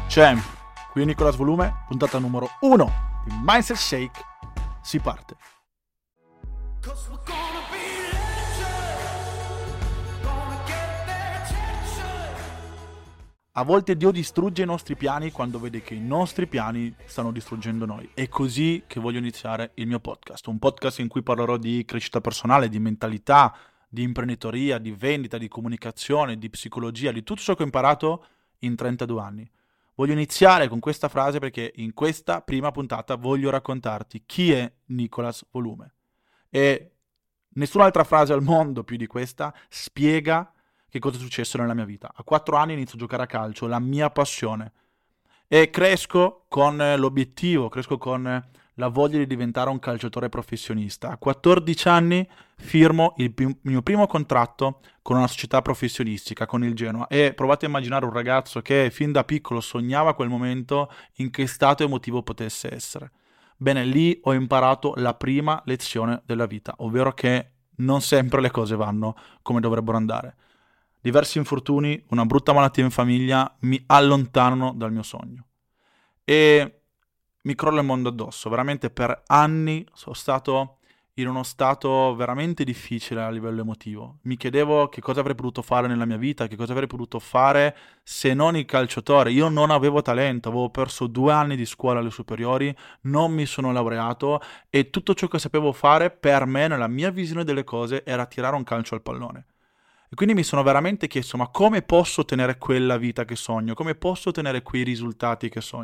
Champ, qui è Nicolas Volume, puntata numero 1 di Mindset Shake, si parte. A volte Dio distrugge i nostri piani quando vede che i nostri piani stanno distruggendo noi. È così che voglio iniziare il mio podcast, un podcast in cui parlerò di crescita personale, di mentalità, di imprenditoria, di vendita, di comunicazione, di psicologia, di tutto ciò che ho imparato in 32 anni. Voglio iniziare con questa frase perché in questa prima puntata voglio raccontarti chi è Nicolas Volume. E nessun'altra frase al mondo più di questa spiega che cosa è successo nella mia vita. A 4 anni inizio a giocare a calcio, la mia passione. E cresco con l'obiettivo, cresco con la voglia di diventare un calciatore professionista. A 14 anni firmo il mio primo contratto con una società professionistica, con il Genoa. E provate a immaginare un ragazzo che fin da piccolo sognava quel momento in che stato emotivo potesse essere. Bene, lì ho imparato la prima lezione della vita, ovvero che non sempre le cose vanno come dovrebbero andare. Diversi infortuni, una brutta malattia in famiglia mi allontanano dal mio sogno. E mi crolla il mondo addosso. Veramente per anni sono stato in uno stato veramente difficile a livello emotivo. Mi chiedevo che cosa avrei potuto fare nella mia vita, che cosa avrei potuto fare se non il calciatore. Io non avevo talento, avevo perso 2 anni di scuola alle superiori, non mi sono laureato e tutto ciò che sapevo fare per me, nella mia visione delle cose, era tirare un calcio al pallone. E quindi mi sono veramente chiesto, ma come posso ottenere quella vita che sogno? Come posso ottenere quei risultati che sogno?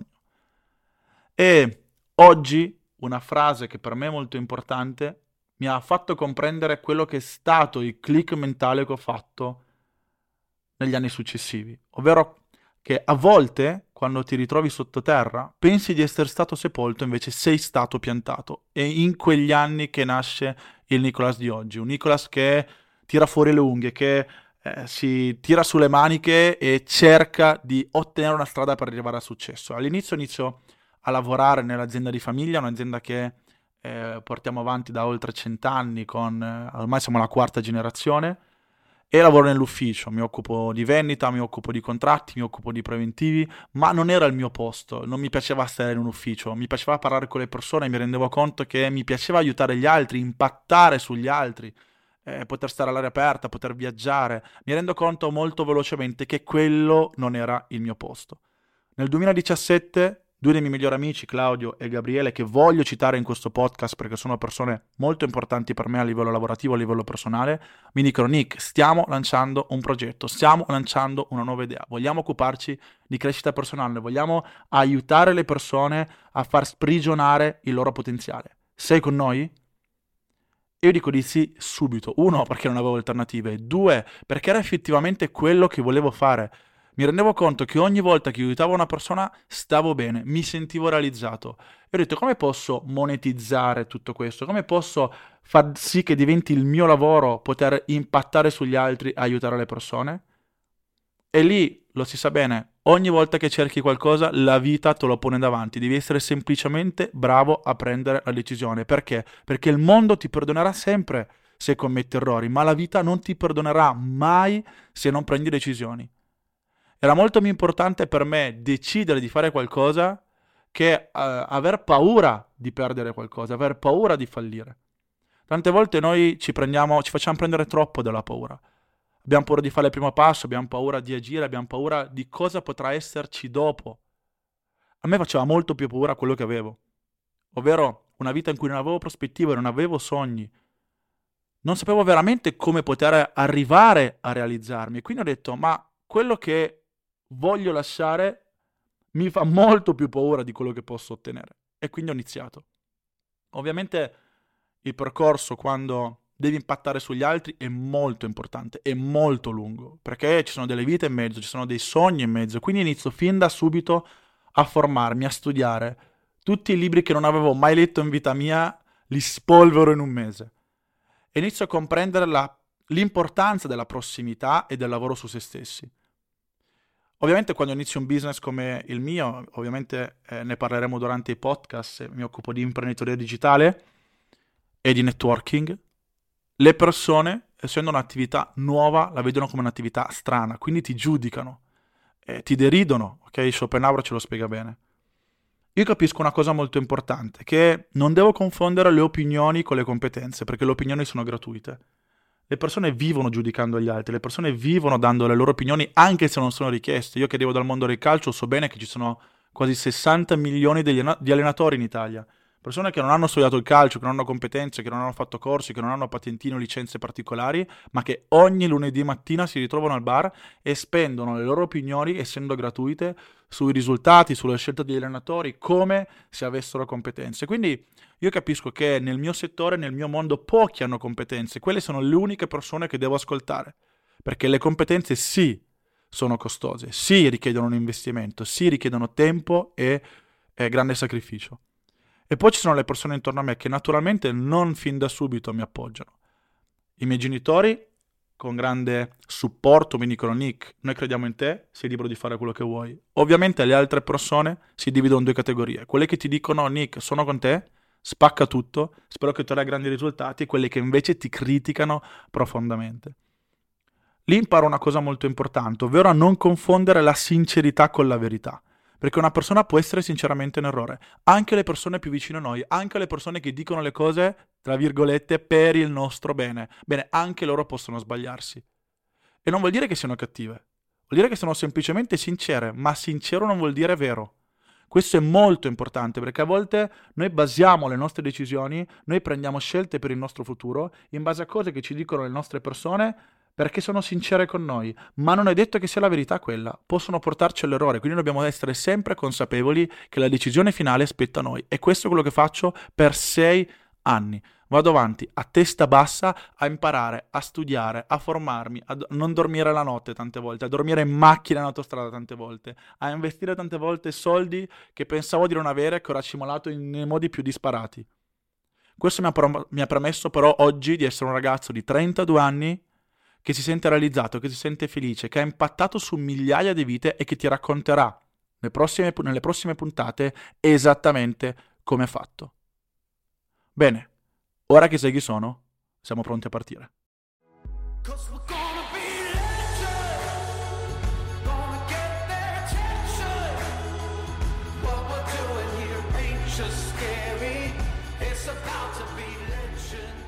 E oggi una frase che per me è molto importante mi ha fatto comprendere quello che è stato il click mentale che ho fatto negli anni successivi. Ovvero che a volte, quando ti ritrovi sottoterra, pensi di essere stato sepolto, invece sei stato piantato. È in quegli anni che nasce il Nicolas di oggi. Un Nicolas che tira fuori le unghie, che si tira sulle maniche e cerca di ottenere una strada per arrivare al successo. All'inizio inizio a lavorare nell'azienda di famiglia, un'azienda che portiamo avanti da oltre 100 anni, ormai siamo la 4ª generazione, e lavoro nell'ufficio, mi occupo di vendita, mi occupo di contratti, mi occupo di preventivi, ma non era il mio posto, non mi piaceva stare in un ufficio, mi piaceva parlare con le persone, mi rendevo conto che mi piaceva aiutare gli altri, impattare sugli altri, poter stare all'aria aperta, poter viaggiare. Mi rendo conto molto velocemente che quello non era il mio posto. Nel 2017 2 dei miei migliori amici, Claudio e Gabriele, che voglio citare in questo podcast perché sono persone molto importanti per me a livello lavorativo, a livello personale, mi dicono: Nick, stiamo lanciando un progetto, stiamo lanciando una nuova idea, vogliamo occuparci di crescita personale, vogliamo aiutare le persone a far sprigionare il loro potenziale. Sei con noi? Io dico di sì subito. 1, perché non avevo alternative. 2, perché era effettivamente quello che volevo fare. Mi rendevo conto che ogni volta che aiutavo una persona stavo bene, mi sentivo realizzato. E ho detto: come posso monetizzare tutto questo? Come posso far sì che diventi il mio lavoro poter impattare sugli altri e aiutare le persone? E lì, lo si sa bene, ogni volta che cerchi qualcosa, la vita te lo pone davanti. Devi essere semplicemente bravo a prendere la decisione. Perché? Perché il mondo ti perdonerà sempre se commetti errori, ma la vita non ti perdonerà mai se non prendi decisioni. Era molto più importante per me decidere di fare qualcosa che aver paura di perdere qualcosa, aver paura di fallire. Tante volte noi ci facciamo prendere troppo dalla paura. Abbiamo paura di fare il primo passo, abbiamo paura di agire, abbiamo paura di cosa potrà esserci dopo. A me faceva molto più paura quello che avevo, ovvero una vita in cui non avevo prospettive, non avevo sogni. Non sapevo veramente come poter arrivare a realizzarmi. E quindi ho detto: ma quello che voglio lasciare mi fa molto più paura di quello che posso ottenere. E quindi ho iniziato. Ovviamente il percorso, quando devi impattare sugli altri, è molto importante, è molto lungo, perché ci sono delle vite in mezzo, ci sono dei sogni in mezzo, quindi inizio fin da subito a formarmi, a studiare. Tutti i libri che non avevo mai letto in vita mia li spolvero in un mese. E inizio a comprendere l'importanza della prossimità e del lavoro su se stessi. Ovviamente quando inizi un business come il mio, ovviamente ne parleremo durante i podcast, mi occupo di imprenditoria digitale e di networking. Le persone, essendo un'attività nuova, la vedono come un'attività strana, quindi ti giudicano. ti deridono, ok? Schopenhauer ce lo spiega bene. Io capisco una cosa molto importante, che non devo confondere le opinioni con le competenze, perché le opinioni sono gratuite. Le persone vivono giudicando gli altri, le persone vivono dando le loro opinioni anche se non sono richieste. Io che arrivo dal mondo del calcio so bene che ci sono quasi 60 milioni di allenatori in Italia. Persone che non hanno studiato il calcio, che non hanno competenze, che non hanno fatto corsi, che non hanno patentini o licenze particolari, ma che ogni lunedì mattina si ritrovano al bar e spendono le loro opinioni, essendo gratuite, sui risultati, sulla scelta degli allenatori, come se avessero competenze. Quindi io capisco che nel mio settore, nel mio mondo, pochi hanno competenze. Quelle sono le uniche persone che devo ascoltare. Perché le competenze sì, sono costose, sì richiedono un investimento, sì richiedono tempo e grande sacrificio. E poi ci sono le persone intorno a me che naturalmente non fin da subito mi appoggiano. I miei genitori, con grande supporto, mi dicono: Nick, noi crediamo in te, sei libero di fare quello che vuoi. Ovviamente le altre persone si dividono in due categorie. Quelle che ti dicono: Nick, sono con te, spacca tutto, spero che tu avrai grandi risultati, e quelle che invece ti criticano profondamente. Lì imparo una cosa molto importante, ovvero a non confondere la sincerità con la verità. Perché una persona può essere sinceramente in errore. Anche le persone più vicine a noi, anche le persone che dicono le cose, tra virgolette, per il nostro bene. Bene, anche loro possono sbagliarsi. E non vuol dire che siano cattive. Vuol dire che sono semplicemente sincere, ma sincero non vuol dire vero. Questo è molto importante perché a volte noi basiamo le nostre decisioni, noi prendiamo scelte per il nostro futuro in base a cose che ci dicono le nostre persone perché sono sincere con noi, ma non è detto che sia la verità quella, possono portarci all'errore, quindi dobbiamo essere sempre consapevoli che la decisione finale spetta a noi, e questo è quello che faccio per 6 anni. Vado avanti a testa bassa a imparare, a studiare, a formarmi, a non dormire la notte tante volte, a dormire in macchina in autostrada tante volte, a investire tante volte soldi che pensavo di non avere, che ho racimolato nei modi più disparati. Questo mi ha permesso però oggi di essere un ragazzo di 32 anni che si sente realizzato, che si sente felice, che ha impattato su migliaia di vite e che ti racconterà nelle prossime puntate esattamente come ha fatto. Bene, ora che sai chi sono, siamo pronti a partire. It's about to be legend.